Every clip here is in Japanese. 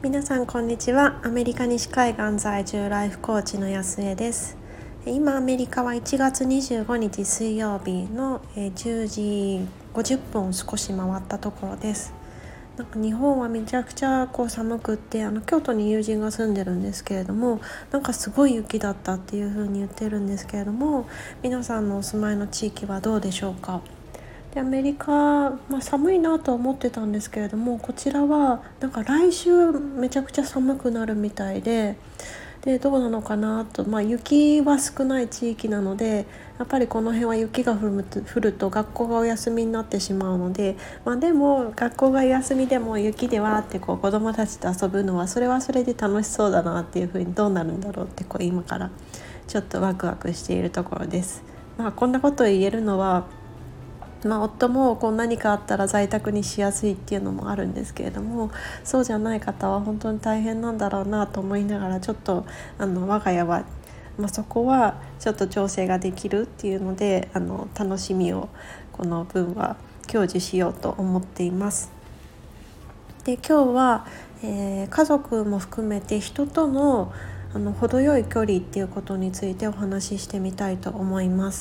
皆さんこんにちは。アメリカ西海岸在住ライフコーチの安江です。今アメリカは1月25日水曜日の10時50分を少し回ったところです。なんか日本はめちゃくちゃ寒くって、京都に友人が住んでるんですけれども、なんかすごい雪だったっていう風に言ってるんですけれども、皆さんのお住まいの地域はどうでしょうか。でアメリカ、寒いなとは思ってたんですけれども、こちらはなんか来週めちゃくちゃ寒くなるみたいでどうなのかなと、雪は少ない地域なので、やっぱりこの辺は雪が降ると学校がお休みになってしまうので、でも学校が休みでも雪でわーって子どもたちと遊ぶのはそれはそれで楽しそうだなっていう風に、どうなるんだろうって今からちょっとワクワクしているところです。こんなことを言えるのは、夫も何かあったら在宅にしやすいっていうのもあるんですけれども、そうじゃない方は本当に大変なんだろうなと思いながら、ちょっと我が家は、そこはちょっと調整ができるっていうので、楽しみをこの分は享受しようと思っています。で今日は、家族も含めて人との程よい距離っていうことについてお話ししてみたいと思います。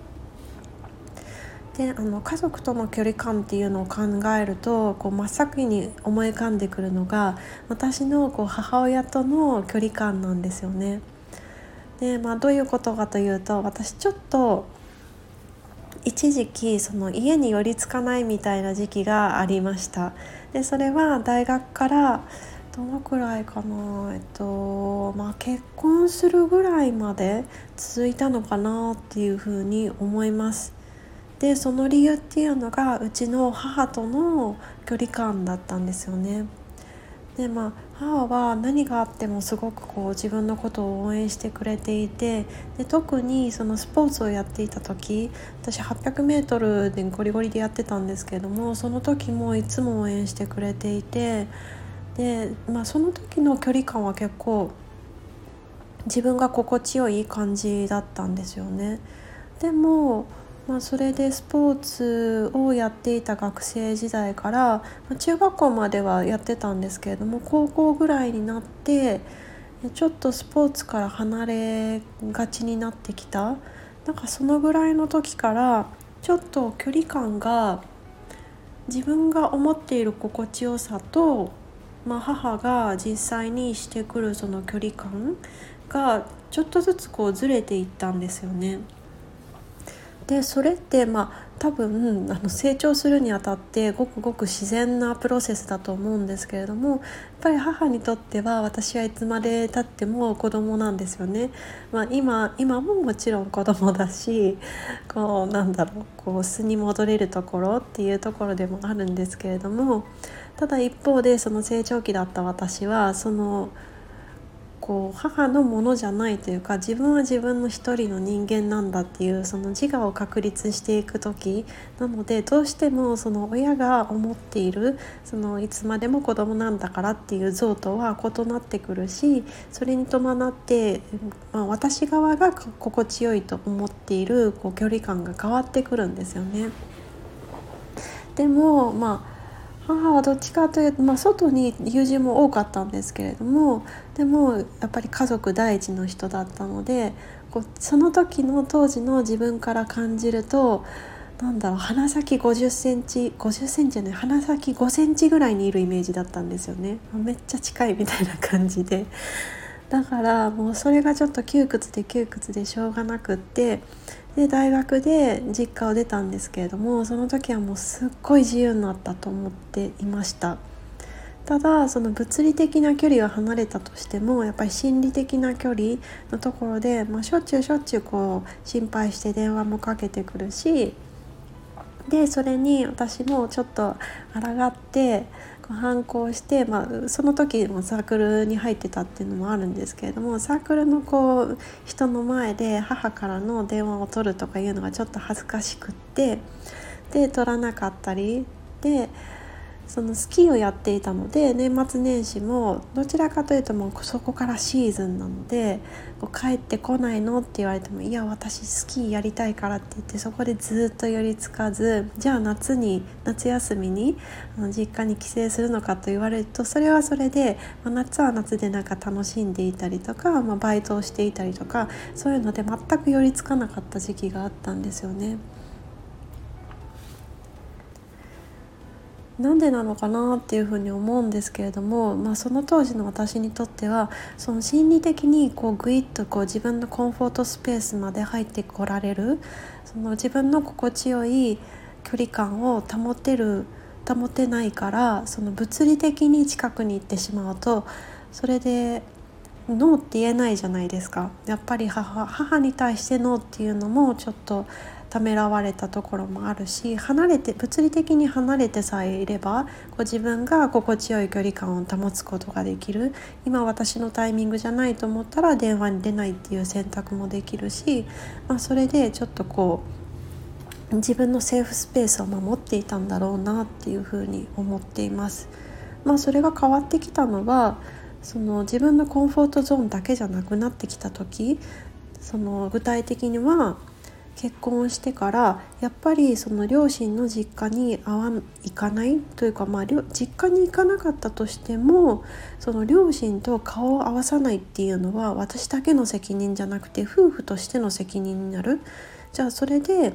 で家族との距離感っていうのを考えると、真っ先に思い浮かんでくるのが私の母親との距離感なんですよね。で、どういうことかというと、私ちょっと一時期家に寄りつかないみたいな時期がありました。でそれは大学からどのくらいかな、結婚するぐらいまで続いたのかなっていうふうに思います。でその理由っていうのが、うちの母との距離感だったんですよね。で母は何があってもすごく自分のことを応援してくれていて、で特にそのスポーツをやっていた時、私800メートルでゴリゴリでやってたんですけれども、その時もいつも応援してくれていて、で、その時の距離感は結構自分が心地よい感じだったんですよね。でもそれでスポーツをやっていた学生時代から、中学校まではやってたんですけれども、高校ぐらいになってちょっとスポーツから離れがちになってきた。なんかそのぐらいの時からちょっと距離感が、自分が思っている心地よさと、母が実際にしてくるその距離感がちょっとずつずれていったんですよね。でそれって多分成長するにあたってごくごく自然なプロセスだと思うんですけれども、やっぱり母にとっては私はいつまで経っても子供なんですよね。今ももちろん子供だし、素に戻れるところっていうところでもあるんですけれども、ただ一方でその成長期だった私は母のものじゃないというか、自分は自分の一人の人間なんだっていうその自我を確立していく時なので、どうしてもその親が思っているいつまでも子供なんだからっていう像とは異なってくるし、それに伴って、私側が心地よいと思っている距離感が変わってくるんですよね。でも母はどっちかというと、外に友人も多かったんですけれども、でもやっぱり家族第一の人だったので、その時の当時の自分から感じると、鼻先50センチじゃない、鼻先5センチぐらいにいるイメージだったんですよね。めっちゃ近いみたいな感じで、だからもうそれがちょっと窮屈でしょうがなくって、で大学で実家を出たんですけれども、その時はもうすっごい自由になったと思っていました。ただその物理的な距離は離れたとしても、やっぱり心理的な距離のところで、しょっちゅう心配して電話もかけてくるし、でそれに私もちょっと抗って反抗して、その時もサークルに入ってたっていうのもあるんですけれども、サークルの人の前で母からの電話を取るとかいうのがちょっと恥ずかしくって、で取らなかったりで、 そのスキーをやっていたので、年末年始もどちらかというともうそこからシーズンなので、帰ってこないのって言われても、いや私スキーやりたいからって言って、そこでずっと寄りつかず、じゃあ夏休みに実家に帰省するのかと言われると、それはそれで、夏は夏でなんか楽しんでいたりとか、バイトをしていたりとか、そういうので全く寄りつかなかった時期があったんですよね。なんでなのかなっていうふうに思うんですけれども、その当時の私にとっては、その心理的にグイッと自分のコンフォートスペースまで入ってこられる、その自分の心地よい距離感を保てないから、その物理的に近くに行ってしまうと、それでノーって言えないじゃないですか。やっぱり母に対してノーっていうのもちょっとためらわれたところもあるし、物理的に離れてさえいれば自分が心地よい距離感を保つことができる。今私のタイミングじゃないと思ったら電話に出ないっていう選択もできるし、それでちょっと自分のセーフスペースを守っていたんだろうなっていうふうに思っています。それが変わってきたのは、その自分のコンフォートゾーンだけじゃなくなってきた時、その具体的には結婚してから、やっぱりその両親の実家に行かないというか、実家に行かなかったとしても、その両親と顔を合わさないっていうのは私だけの責任じゃなくて夫婦としての責任になる。じゃあそれで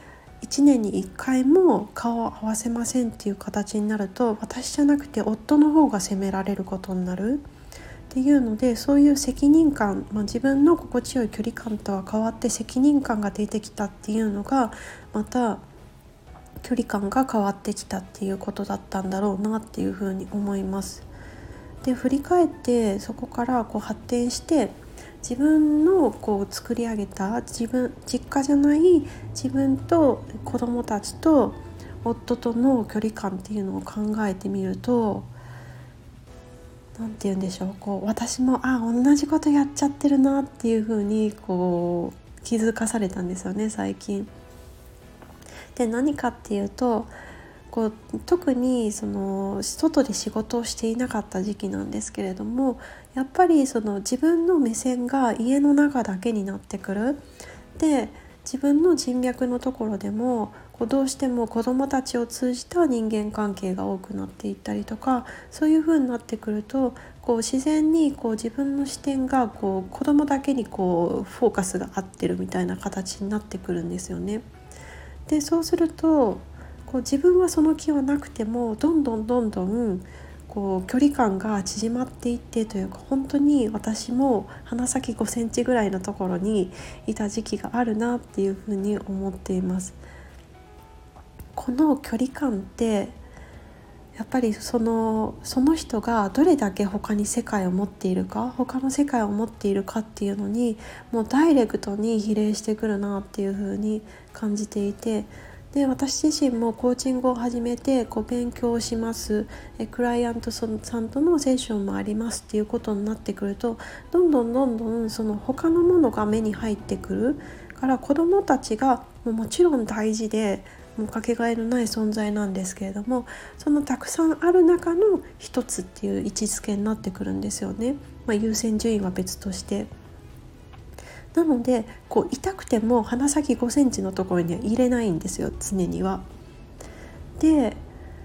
1年に1回も顔を合わせませんっていう形になると、私じゃなくて夫の方が責められることになるっていうので、そういう責任感、自分の心地よい距離感とは変わって責任感が出てきたっていうのが、また距離感が変わってきたっていうことだったんだろうなっていうふうに思います。で、振り返ってそこから発展して、自分の作り上げた実家じゃない自分と子供たちと夫との距離感っていうのを考えてみると、なんて言うんでしょう、私も同じことやっちゃってるなっていう風に気づかされたんですよね、最近。で、何かっていうと、特にその外で仕事をしていなかった時期なんですけれども、やっぱりその自分の目線が家の中だけになってくる。で、自分の人脈のところでもどうしても子どもたちを通じた人間関係が多くなっていったりとか、そういう風になってくると自然に自分の視点が子どもだけにフォーカスが合ってるみたいな形になってくるんですよね。で、そうすると自分はその気はなくてもどんどん距離感が縮まっていってというか、本当に私も鼻先5センチぐらいのところにいた時期があるなっていうふうに思っています。この距離感ってやっぱりその人がどれだけ他の世界を持っているかっていうのにもうダイレクトに比例してくるなっていうふうに感じていて、で、私自身もコーチングを始めて勉強します、クライアントさんとのセッションもありますっていうことになってくると、どんどんその他のものが目に入ってくるから、子どもたちがもちろん大事でもうかけがえのない存在なんですけれども、そのたくさんある中の一つっていう位置づけになってくるんですよね。優先順位は別として。なので痛くても鼻先5センチのところには入れないんですよ、常には。で、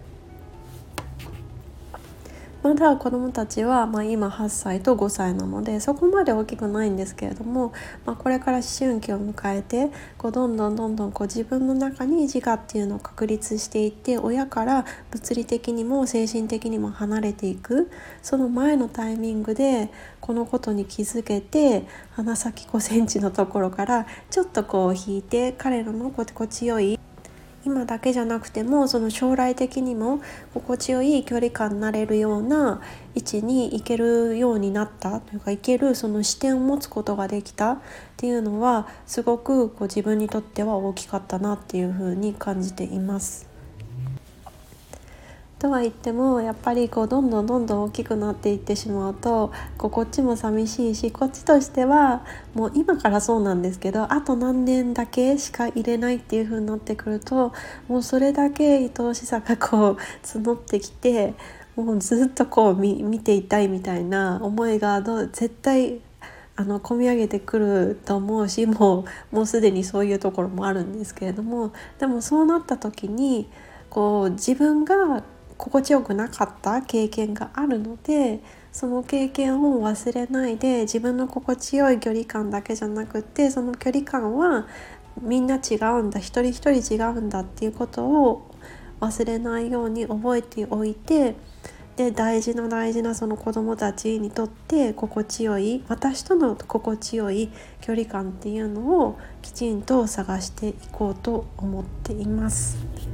まだ子どもたちは、今8歳と5歳なのでそこまで大きくないんですけれども、これから思春期を迎えてどんどん自分の中に自我っていうのを確立していって、親から物理的にも精神的にも離れていく、その前のタイミングでこのことに気づけて、鼻先5センチのところからちょっと引いて、彼らの心地よい今だけじゃなくてもその将来的にも心地よい距離感になれるような位置に行けるようになったというか、行けるその視点を持つことができたっていうのはすごく自分にとっては大きかったなっていうふうに感じています。 とは言ってもやっぱりこうどんどん大きくなっていってしまうとこっちも寂しいし、こっちとしてはもう今からそうなんですけど、あと何年だけしか入れないっていう風になってくると、もうそれだけ愛おしさがこう募ってきて、もうずっとこう見ていたいみたいな思いが絶対込み上げてくると思うし、もうすでにそういうところもあるんですけれども、でもそうなった時にこう自分が心地よくなかった経験があるので、その経験を忘れないで、自分の心地よい距離感だけじゃなくて、その距離感はみんな違うんだ、一人一人違うんだっていうことを忘れないように覚えておいて、で大事なその子どもたちにとって心地よい、私との心地よい距離感っていうのをきちんと探していこうと思っています。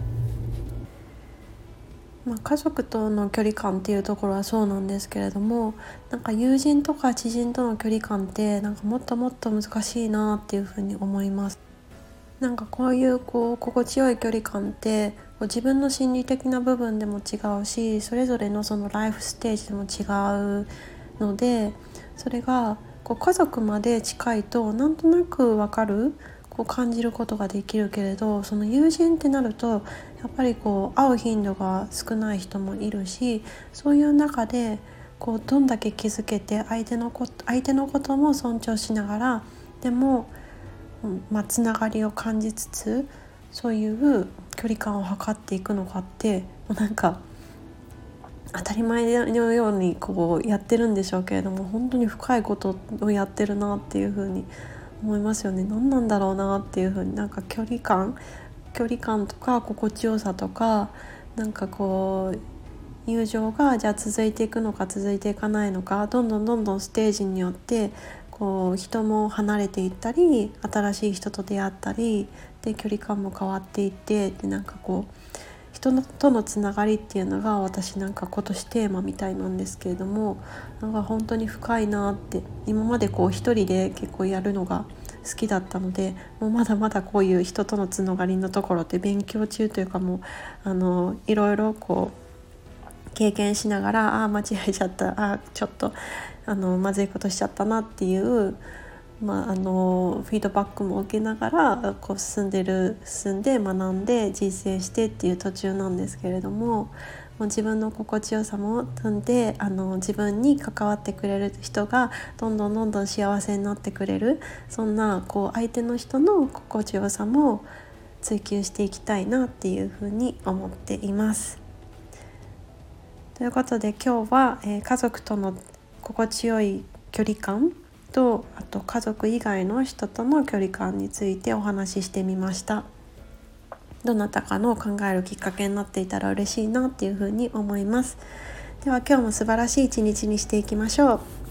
家族との距離感っていうところはそうなんですけれども、なんか友人とか知人との距離感ってなんかもっともっと難しいなっていうふうに思います。なんかこういう心地よい距離感って自分の心理的な部分でも違うし、それぞれのそのライフステージでも違うので、それが家族まで近いとなんとなく分かる、感じることができるけれど、その友人ってなるとやっぱり会う頻度が少ない人もいるし、そういう中でどんだけ気づけて相手のことも尊重しながら、でもつながりを感じつつ、そういう距離感を測っていくのかって、なんか当たり前のようにやってるんでしょうけれども、本当に深いことをやってるなっていうふうに思いますよね。何なんだろうなっていうふうに、なんか距離感とか心地よさとか、なんか友情がじゃあ続いていくのか続いていかないのか、どんどんステージによって人も離れていったり、新しい人と出会ったりで距離感も変わっていって、でなんか人とのつながりっていうのが私なんか今年テーマみたいなんですけれども、なんか本当に深いなって、今まで一人で結構やるのが好きだったので、もうまだまだこういう人とのつながりのところって勉強中というか、もういろいろ経験しながら、間違えちゃった、ちょっとまずいことしちゃったなっていう、フィードバックも受けながら進んで学んで実践してっていう途中なんですけれども、もう自分の心地よさも踏んで、自分に関わってくれる人がどんどん幸せになってくれる、そんな相手の人の心地よさも追求していきたいなっていうふうに思っています。ということで今日は、家族との心地よい距離感と、あと家族以外の人との距離感についてお話ししてみました。どなたかの考えるきっかけになっていたら嬉しいなっていうふうに思います。では今日も素晴らしい一日にしていきましょう。